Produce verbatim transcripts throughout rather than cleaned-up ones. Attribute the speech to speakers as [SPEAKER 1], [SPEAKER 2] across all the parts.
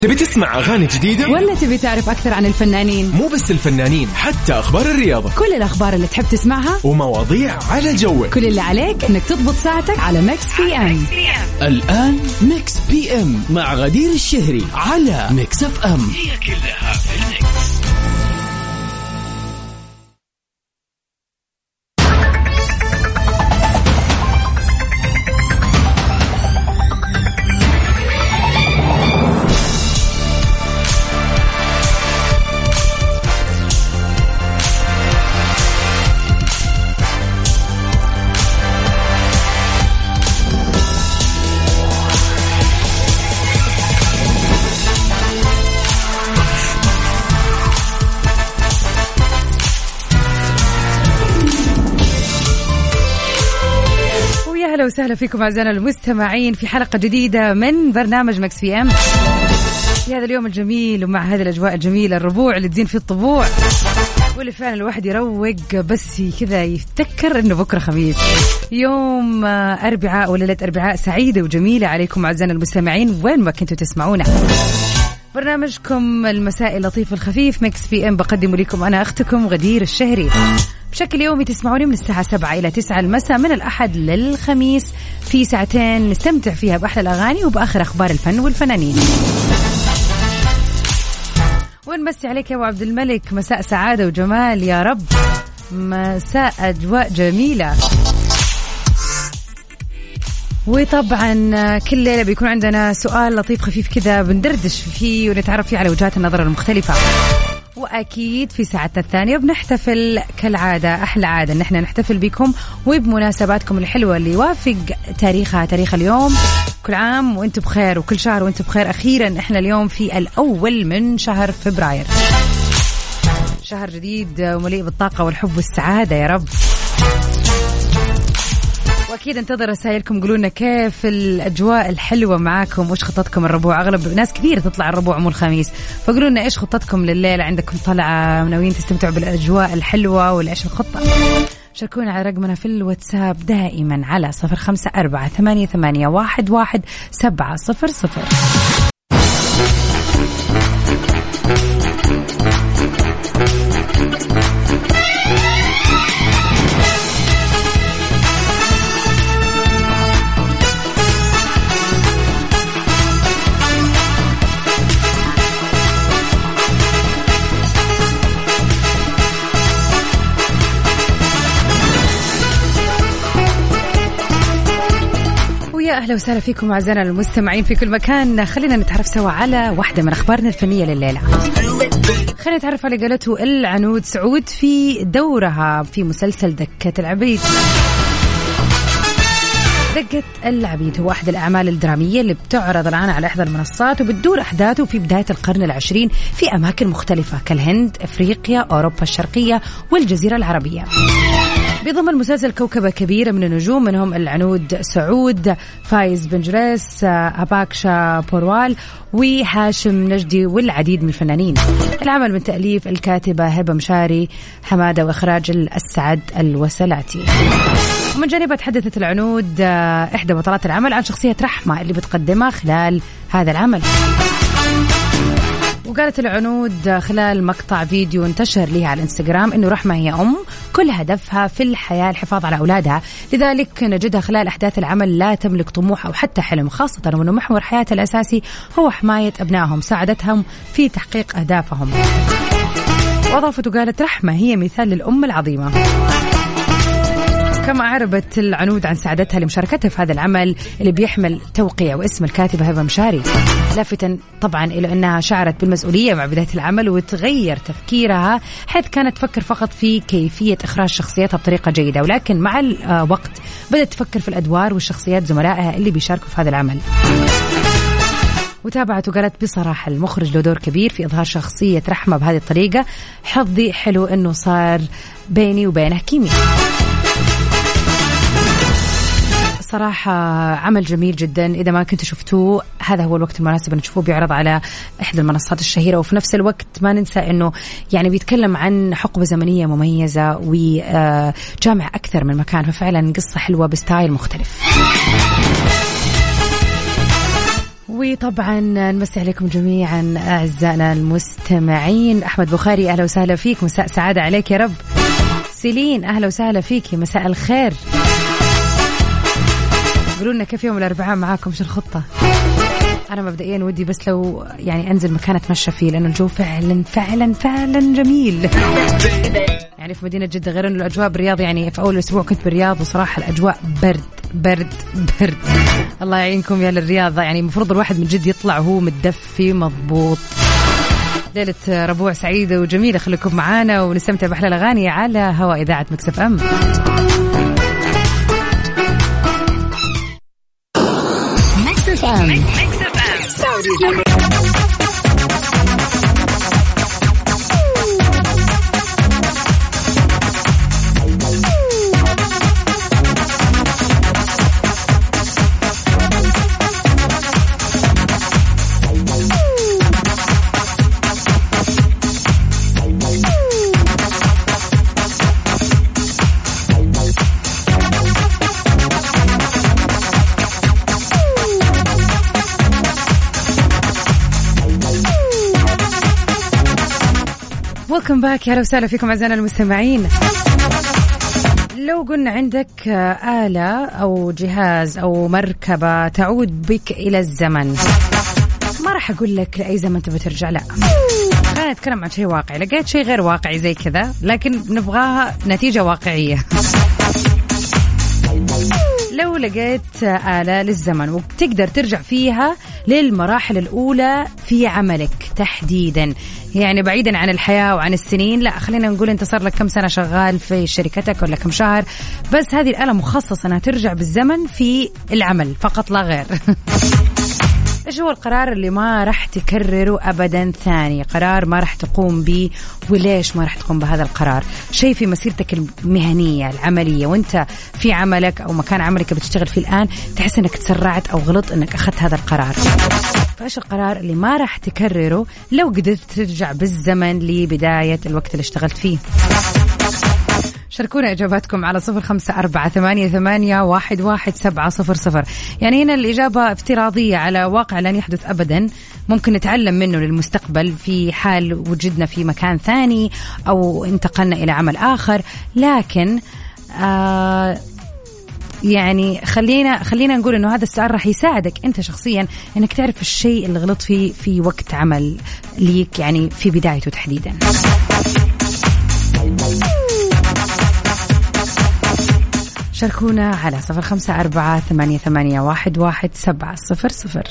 [SPEAKER 1] تبي تسمع أغاني جديدة؟
[SPEAKER 2] ولا تبي تعرف أكثر عن الفنانين؟
[SPEAKER 1] مو بس الفنانين، حتى أخبار الرياضة،
[SPEAKER 2] كل الأخبار اللي تحب تسمعها
[SPEAKER 1] ومواضيع على جوك.
[SPEAKER 2] كل اللي عليك إنك تضبط ساعتك على ميكس بي ام.
[SPEAKER 3] الآن ميكس بي ام مع غدير الشهري على ميكس اف ام. هي كلها في الميكس.
[SPEAKER 2] أهلا وسهلا فيكم أعزائنا المستمعين في حلقة جديدة من برنامج مكس بي ام في هذا اليوم الجميل ومع هذه الأجواء الجميلة، الربوع اللي تزين فيه الطبوع واللي فعلا الواحد يروق بس كذا يفتكر إنه بكرة خميس، يوم أربعاء وليلة أربعاء سعيدة وجميلة عليكم أعزائنا المستمعين وين ما كنتوا تسمعونا. برنامجكم المسائي اللطيف الخفيف مكس بي ام بقدم لكم أنا أختكم غدير الشهري بشكل يومي. تسمعوني من الساعة سبعة إلى تسعة المساء من الأحد للخميس في ساعتين نستمتع فيها بأحلى الأغاني وبآخر أخبار الفن والفنانين. ونمسي عليك يا أبو عبد الملك، مساء سعادة وجمال يا رب، مساء أجواء جميلة. وطبعا كل ليلة بيكون عندنا سؤال لطيف خفيف كذا بندردش فيه ونتعرف فيه على وجهات النظر المختلفة. وأكيد في ساعتنا الثانية بنحتفل كالعادة، أحلى عادة إن احنا نحتفل بكم وبمناسباتكم الحلوة اللي يوافق تاريخها تاريخ اليوم. كل عام وانتم بخير وكل شهر وانتم بخير. أخيرا احنا اليوم في الأول من شهر فبراير، شهر جديد ومليء بالطاقة والحب والسعادة يا رب. وأكيد انتظر رسائلكم، قولوا لنا كيف الأجواء الحلوة معاكم، وش خطتكم الربوع. أغلب ناس كثير تطلع الربوع مو الخميس، فقولوا لنا إيش خطتكم لليلة، عندكم طلعة ناويين تستمتعوا بالأجواء الحلوة ولا إيش الخطة؟ شاركونا على رقمنا في الواتساب دائما على صفر خمسة أربعة ثمانية ثمانية واحد واحد سبعة صفر صفر. أهلا وسهلا فيكم أعزائنا المستمعين في كل مكان. خلينا نتعرف سوا على واحدة من أخبارنا الفنية لليلة. خلينا نتعرف على قالته العنود سعود في دورها في مسلسل دكة العبيد. دقة العبيد هو أحد الأعمال الدرامية اللي بتعرض الآن على إحدى المنصات وبتدور أحداثه في بداية القرن العشرين في أماكن مختلفة كالهند، أفريقيا، أوروبا الشرقية والجزيرة العربية. بيضم المسلسل كوكبة كبيرة من النجوم، منهم العنود سعود، فايز بنجريس، أباكشا بوروال وهاشم نجدي والعديد من الفنانين. العمل من تأليف الكاتبة هبة مشاري حمادة وإخراج السعد الوسلاتي. ومن جانبها تحدثت العنود إحدى بطلات العمل عن شخصية رحمة اللي بتقدمها خلال هذا العمل. وقالت العنود خلال مقطع فيديو انتشر لها على الانستغرام إنه رحمة هي أم كل هدفها في الحياة الحفاظ على أولادها، لذلك نجدها خلال أحداث العمل لا تملك طموح أو حتى حلم، خاصة وأنه محور حياتها الأساسي هو حماية أبنائهم، ساعدتهم في تحقيق أهدافهم. وأضافت وقالت رحمة هي مثال للأم العظيمة. كما أعربت العنود عن سعادتها لمشاركتها في هذا العمل اللي بيحمل توقيع واسم الكاتبة هبة مشاري، لافتا طبعا إلى أنها شعرت بالمسؤولية مع بداية العمل وتغير تفكيرها، حيث كانت تفكر فقط في كيفية إخراج شخصيتها بطريقة جيدة، ولكن مع الوقت بدأت تفكر في الأدوار والشخصيات زملائها اللي بيشاركوا في هذا العمل. وتابعت وقالت بصراحة المخرج له دور كبير في إظهار شخصية رحمة بهذه الطريقة، حظي حلو أنه صار بيني وبينه كيمياء. صراحة عمل جميل جدا، إذا ما كنتوا شفتوه هذا هو الوقت المناسب أن تشوفوه، بيعرض على إحدى المنصات الشهيرة، وفي نفس الوقت ما ننسى أنه يعني بيتكلم عن حقبة زمنية مميزة وجامع أكثر من مكان، ففعلا قصة حلوة بستايل مختلف. وطبعا نمسي عليكم جميعا أعزائنا المستمعين. أحمد بخاري أهلا وسهلا فيك، مساء سعادة عليك يا رب. سيلين أهلا وسهلا فيك، مساء الخير. قولوا لنا كيف يوم الأربعاء معاكم، شو الخطة؟ أنا مبدئيا ودي بس لو يعني أنزل مكان أتمشى فيه، لأن الجو فعلا فعلا فعلا جميل. يعني في مدينة جدة، غير إنه الأجواء بالرياض، يعني في أول أسبوع كنت بالرياض وصراحة الأجواء برد برد برد. الله يعينكم يا للرياضة، يعني المفروض الواحد من جد يطلع وهو متدفي مضبوط. ليلة ربوع سعيدة وجميلة، خليكم معانا ونستمتع بأحلى الأغاني على هواء إذاعة مكس اف ام.
[SPEAKER 3] مكس اف ام
[SPEAKER 2] ويلكم باك، يا هلا وسهلا فيكم أعزائنا المستمعين. لو قلنا عندك آلة أو جهاز أو مركبة تعود بك إلى الزمن، ما راح أقول لك لأي زمن تبي ترجع، لا، خلينا نتكلم عن شيء واقعي. لقيت شيء غير واقعي زي كذا، لكن نبغاها نتيجة واقعية. لو لقيت آلة للزمن وتقدر ترجع فيها للمراحل الأولى في عملك تحديدا، يعني بعيدا عن الحياة وعن السنين، لا خلينا نقول انت صار لك كم سنة شغال في شركتك ولا كم شهر، بس هذه الآلة مخصصة انها ترجع بالزمن في العمل فقط لا غير. ايش هو القرار اللي ما راح تكرره ابدا ثاني؟ قرار ما راح تقوم به، وليش ما راح تقوم بهذا القرار؟ شيء في مسيرتك المهنية العملية وانت في عملك او مكان عملك بتشتغل فيه الان، تحس انك تسرعت او غلط انك اخذت هذا القرار. فايش القرار اللي ما راح تكرره لو قدرت ترجع بالزمن لبداية الوقت اللي اشتغلت فيه؟ شاركونا إجاباتكم على صفر خمسة أربعة ثمانية ثمانية واحد واحد سبعة صفر صفر. يعني هنا الإجابة افتراضية على واقع لن يحدث أبدا، ممكن نتعلم منه للمستقبل في حال وجدنا في مكان ثاني أو انتقلنا إلى عمل آخر. لكن آه يعني خلينا خلينا نقول إنه هذا السؤال راح يساعدك أنت شخصيا إنك تعرف الشيء اللي غلط فيه في وقت عمل ليك، يعني في بدايته تحديدا. شاركونا على صفر خمسة أربعة ثمانية ثمانية واحد واحد سبعة صفر صفر.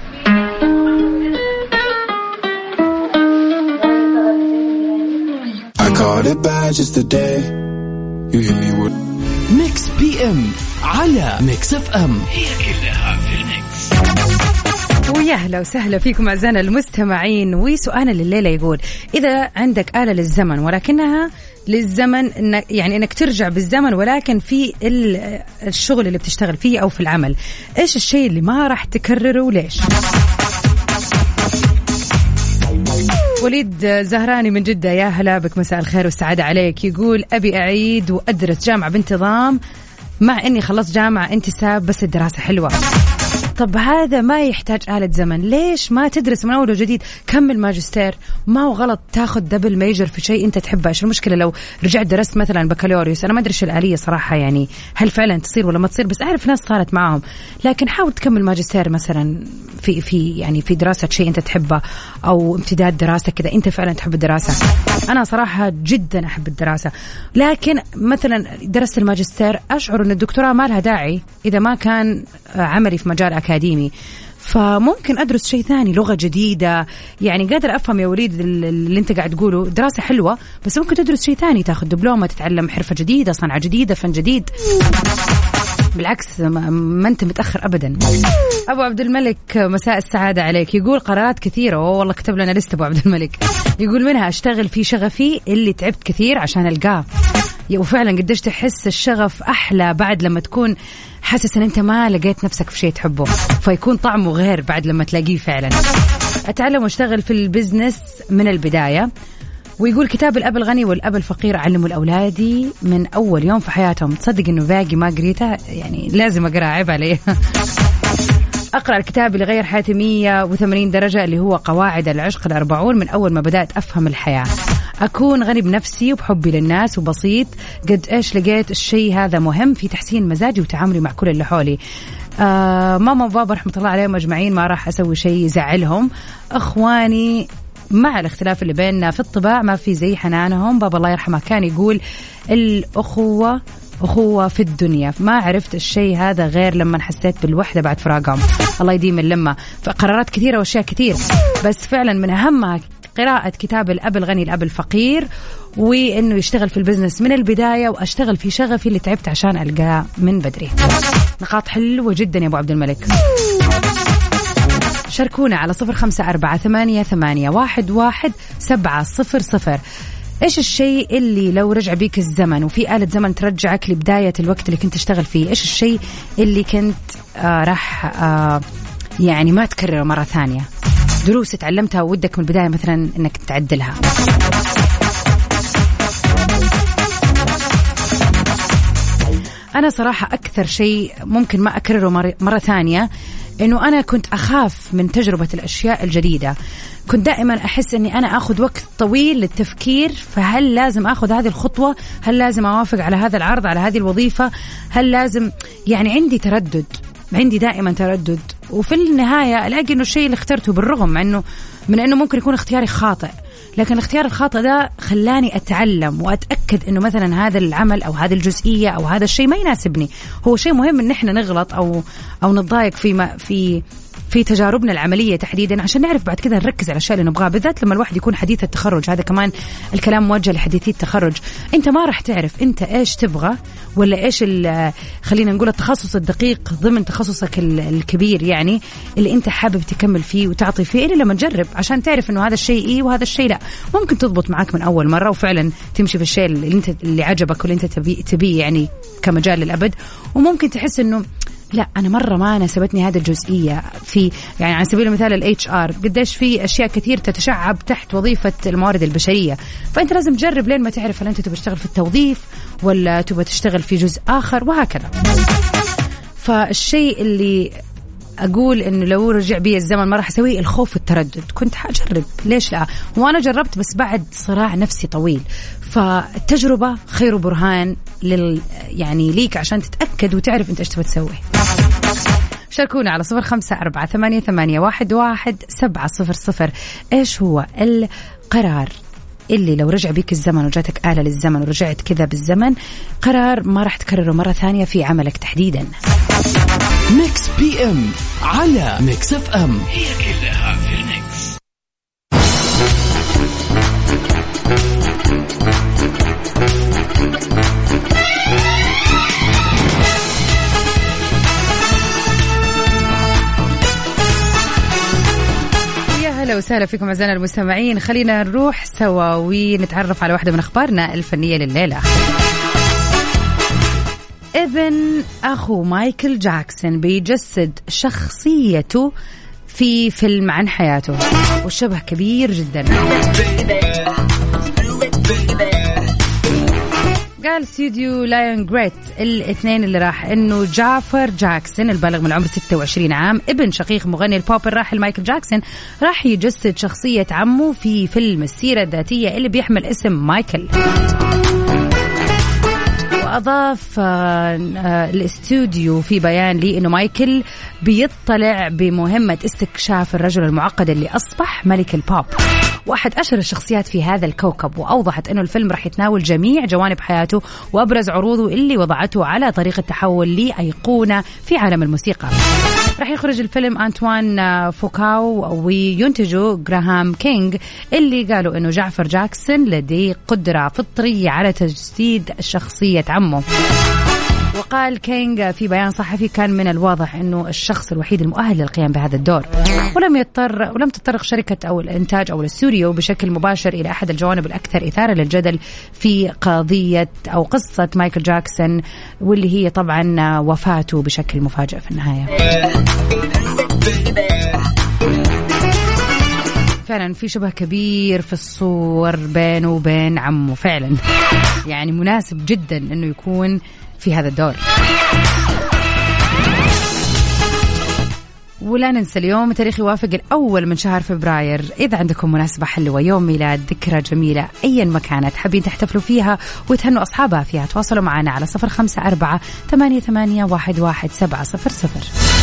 [SPEAKER 3] ميكس بي ام على ميكس اف ام، هي كلها في الميكس.
[SPEAKER 2] ويا هلا وسهلا فيكم أعزائنا المستمعين. وسؤالنا لليلة يقول: إذا عندك آلة للزمن ولكنها للزمن إنك يعني إنك ترجع بالزمن ولكن في الشغل اللي بتشتغل فيه أو في العمل، إيش الشيء اللي ما راح تكرره وليش؟ وليد زهراني من جدة، يا هلا بك، مساء الخير والسعادة عليك. يقول: أبي أعيد وأدرس جامعة بانتظام مع إني خلصت جامعة انتساب بس الدراسة حلوة. طب هذا ما يحتاج آلة زمن، ليش ما تدرس من أول وجديد؟ كمل ماجستير، ما هو غلط تاخذ دبل ميجر في شيء أنت تحبه. إيش المشكلة لو رجعت درست مثلا بكالوريوس؟ أنا ما أدري إيش الآلية صراحة، يعني هل فعلا تصير ولا ما تصير، بس أعرف ناس صارت معهم. لكن حاول تكمل ماجستير مثلا في في يعني في دراسة شيء أنت تحبه، أو امتداد دراستك إذا أنت فعلا تحب الدراسة. أنا صراحة جدا أحب الدراسة، لكن مثلا درست الماجستير أشعر أن الدكتوراه ما لها داعي إذا ما كان عملي في مجال أكاديمي، فممكن أدرس شيء ثاني، لغة جديدة. يعني قادر أفهم يا وليد اللي أنت قاعد تقوله، دراسة حلوة بس ممكن تدرس شيء ثاني، تاخذ دبلومة، تتعلم حرفة جديدة، صنعة جديدة، فن جديد. بالعكس ما أنت متأخر أبدا. أبو عبد الملك مساء السعادة عليك. يقول: قرارات كثيرة. والله كتب لنا لست أبو عبد الملك. يقول: منها أشتغل في شغفي اللي تعبت كثير عشان ألقاه. وفعلا قديش تحس الشغف أحلى بعد لما تكون حاسس أن أنت ما لقيت نفسك في شيء تحبه، فيكون طعمه غير بعد لما تلاقيه فعلا. أتعلم واشتغل في البزنس من البداية. ويقول: كتاب الأب الغني والأب الفقير أعلمه لأولادي من أول يوم في حياتهم. تصدق إنه باقي ما قريته، يعني لازم أقرأ، عيب عليه. أقرأ الكتاب اللي غير حياتي مية وثمانين درجة اللي هو قواعد العشق الأربعون. من أول ما بدأت أفهم الحياة أكون غني بنفسي وبحبي للناس وبسيط قد إيش لقيت الشيء هذا مهم في تحسين مزاجي وتعاملي مع كل اللي حولي. آه ماما وبابا رحمة الله عليهم أجمعين ما راح أسوي شيء يزعلهم. أخواني مع الاختلاف اللي بيننا في الطباع ما في زي حنانهم. بابا الله يرحمه كان يقول الأخوة أخوة في الدنيا. ما عرفت الشيء هذا غير لما حسيت بالوحدة بعد فراقهم. الله يديم اللمة. فقرارات كثيرة وأشياء كثير بس فعلا من أهمها قراءة كتاب الأب الغني الأب الفقير وإنه يشتغل في البزنس من البداية وأشتغل في شغفي اللي تعبت عشان ألقاه من بدري. نقاط حلوة جدا يا أبو عبد الملك. شاركونا على صفر خمسة أربعة ثمانية ثمانية واحد واحد سبعة صفر صفر. إيش الشيء اللي لو رجع بيك الزمن وفي آلة زمن ترجعك لبداية الوقت اللي كنت تشتغل فيه إيش الشيء اللي كنت آه راح آه يعني ما تكرره مرة ثانية؟ دروس تعلمتها ودك من البداية مثلا إنك تعدلها. أنا صراحة أكثر شيء ممكن ما أكرره مرة ثانية إنه أنا كنت أخاف من تجربة الأشياء الجديدة. كنت دائما أحس أني أنا أخذ وقت طويل للتفكير فهل لازم أخذ هذه الخطوة، هل لازم أوافق على هذا العرض، على هذه الوظيفة، هل لازم، يعني عندي تردد، عندي دائما تردد. وفي النهاية ألاقي أنه الشيء اللي اخترته بالرغم أنه من أنه ممكن يكون اختياري خاطئ لكن الاختيار الخاطئ ده خلاني أتعلم وأتأكد أنه مثلا هذا العمل أو هذه الجزئية أو هذا الشيء ما يناسبني. هو شيء مهم أن احنا نغلط أو أو نتضايق في ما في في تجاربنا العملية تحديدا عشان نعرف بعد كده نركز على الأشياء اللي نبغاها، بالذات لما الواحد يكون حديث التخرج. هذا كمان الكلام موجه لحديثي التخرج. أنت ما راح تعرف أنت إيش تبغى ولا إيش خلينا نقول التخصص الدقيق ضمن تخصصك الكبير يعني اللي أنت حابب تكمل فيه وتعطي فيه إلا لما تجرب عشان تعرف إنه هذا الشيء إيه وهذا الشيء لا. ممكن تضبط معك من أول مرة وفعلا تمشي في الشيء اللي أنت اللي عجبك واللي أنت تبي تبيه يعني كمجال للأبد، وممكن تحس إنه لا أنا مرة ما ناسبتني هذه الجزئية. في يعني على سبيل المثال ال إتش آر قديش في أشياء كثير تتشعب تحت وظيفة الموارد البشرية، فأنت لازم تجرب لين ما تعرف هل أنت تبغى تشتغل في التوظيف ولا تبغى تشتغل في جزء آخر وهكذا. فالشيء اللي أقول إنه لو رجع بي الزمن ما راح أسويه الخوف والتردد. كنت حأجرب ليش لا، وأنا جربت بس بعد صراع نفسي طويل. فالتجربة خير برهان لل يعني ليك عشان تتأكد وتعرف أنت إيش تبغى تسوي. شاركونا على صفر خمسة أربعة ثمانية ثمانية واحد واحد سبعة صفر صفر. إيش هو القرار اللي لو رجع بيك الزمن وجاتك آلة للزمن ورجعت كذا بالزمن قرار ما راح تكرره مرة ثانية في عملك تحديدا؟
[SPEAKER 3] ميكس بي ام على ميكس اف ام، هي كلها في الميكس.
[SPEAKER 2] أهلا وسهلا فيكم أعزائنا المستمعين. خلينا نروح سوا ونتعرف على واحدة من أخبارنا الفنية لليلة. ابن أخو مايكل جاكسون بيجسد شخصيته في فيلم عن حياته والشبه كبير جدا. قال استوديو لايون جريت الاثنين اللي راح انه جعفر جاكسون البالغ من العمر ستة وعشرين عام ابن شقيق مغني البوب الراحل مايكل جاكسون راح يجسد شخصية عمه في فيلم السيرة الذاتية اللي بيحمل اسم مايكل. وأضاف الاستوديو في بيان لي أنه مايكل بيطلع بمهمة استكشاف الرجل المعقد اللي أصبح ملك البوب وأحد أشهر الشخصيات في هذا الكوكب. وأوضحت أنه الفيلم راح يتناول جميع جوانب حياته وأبرز عروضه اللي وضعته على طريق التحول لأيقونة في عالم الموسيقى. راح يخرج الفيلم أنتوان فوكاو وينتجه جراهام كينج اللي قالوا أنه جعفر جاكسون لديه قدرة فطرية على تجسيد شخصية عمه. وقال كينج في بيان صحفي كان من الواضح أنه الشخص الوحيد المؤهل للقيام بهذا الدور، ولم يضطر ولم تتطرق شركة أو الإنتاج أو الاستوديو بشكل مباشر إلى أحد الجوانب الأكثر إثارة للجدل في قضية أو قصة مايكل جاكسون واللي هي طبعا وفاته بشكل مفاجئ في النهاية. فعلا في شبه كبير في الصور بينه وبين عمه فعلا، يعني مناسب جدا أنه يكون في هذا الدور. ولا ننسى اليوم تاريخ يوافق الأول من شهر فبراير. إذا عندكم مناسبة حلوة، يوم ميلاد، ذكرى جميلة، أيا ما كانت حابين تحتفلوا فيها وتهنوا أصحابها فيها، تواصلوا معنا على صفر خمسة أربعة ثمانية ثمانية واحد واحد سبعة صفر صفر.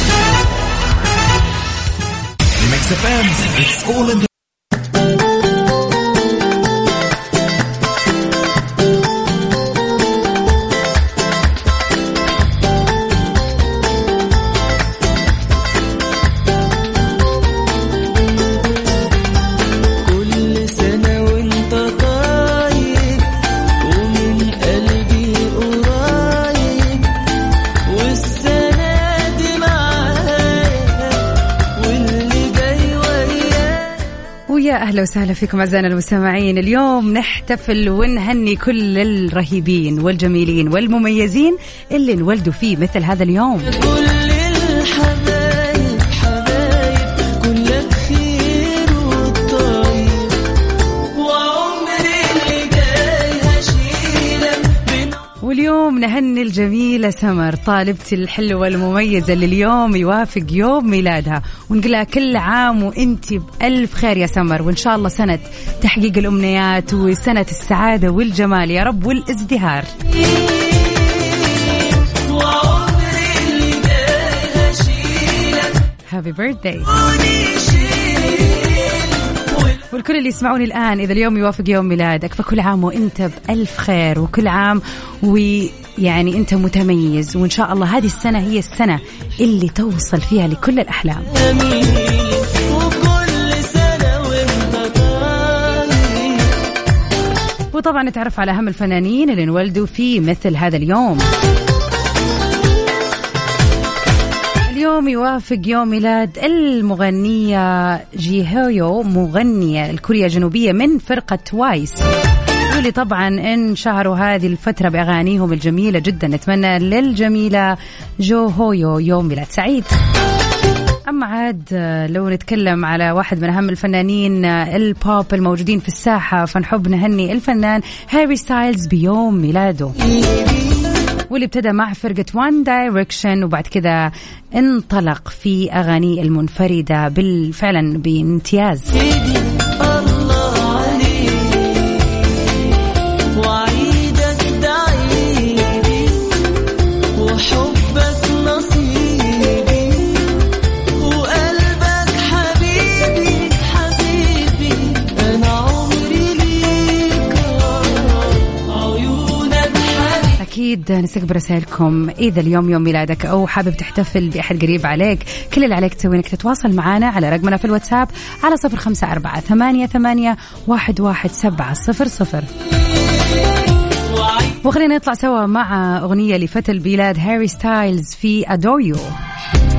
[SPEAKER 2] أهلا وسهلا فيكم أعزائنا المستمعين. اليوم نحتفل ونهني كل الرهيبين والجميلين والمميزين اللي انولدوا فيه مثل هذا اليوم.
[SPEAKER 4] كل الحبايب حبايب كلك خير والطيب، وعمري اللي جاي هشيلك.
[SPEAKER 2] واليوم نهني الجميلة سمر طالبتي الحلوة المميزة اللي اليوم يوافق يوم ميلادها، ونقول لها كل عام وانتي بألف خير يا سمر، وإن شاء الله سنة تحقيق الأمنيات وسنة السعادة والجمال يا رب والازدهار. هابي بيرثداي. والكل اللي يسمعوني الآن، إذا اليوم يوافق يوم ميلادك فكل عام وإنت بألف خير، وكل عام ويعني أنت متميز، وإن شاء الله هذه السنة هي السنة اللي توصل فيها لكل الأحلام. وطبعا نتعرف على أهم الفنانين اللي انولدوا في مثل هذا اليوم. اليوم يوافق يوم ميلاد المغنية جيهيو، مغنية الكوريا الجنوبية من فرقة توايس، واللي طبعا انشهروا هذه الفترة بأغانيهم الجميلة جدا. نتمنى للجميلة جو هويو يوم ميلاد سعيد. أما عاد لو نتكلم على واحد من أهم الفنانين البوب الموجودين في الساحة، فنحب نهني الفنان هاري ستايلز بيوم ميلاده، واللي ابتدى مع فرقة وان دايركشن وبعد كذا انطلق في أغانيه المنفردة بالفعلا بامتياز. أكيد نستقبل رسائلكم إذا اليوم يوم ميلادك أو حابب تحتفل بأحد قريب عليك. كل اللي عليك تسوي إنك تتواصل معنا على رقمنا في الواتساب على صفر خمسة أربعة ثمانية ثمانية واحد واحد سبعة صفر صفر. وخلينا نطلع سوا مع أغنية لفتى البلاد هاري ستايلز في أدور يو.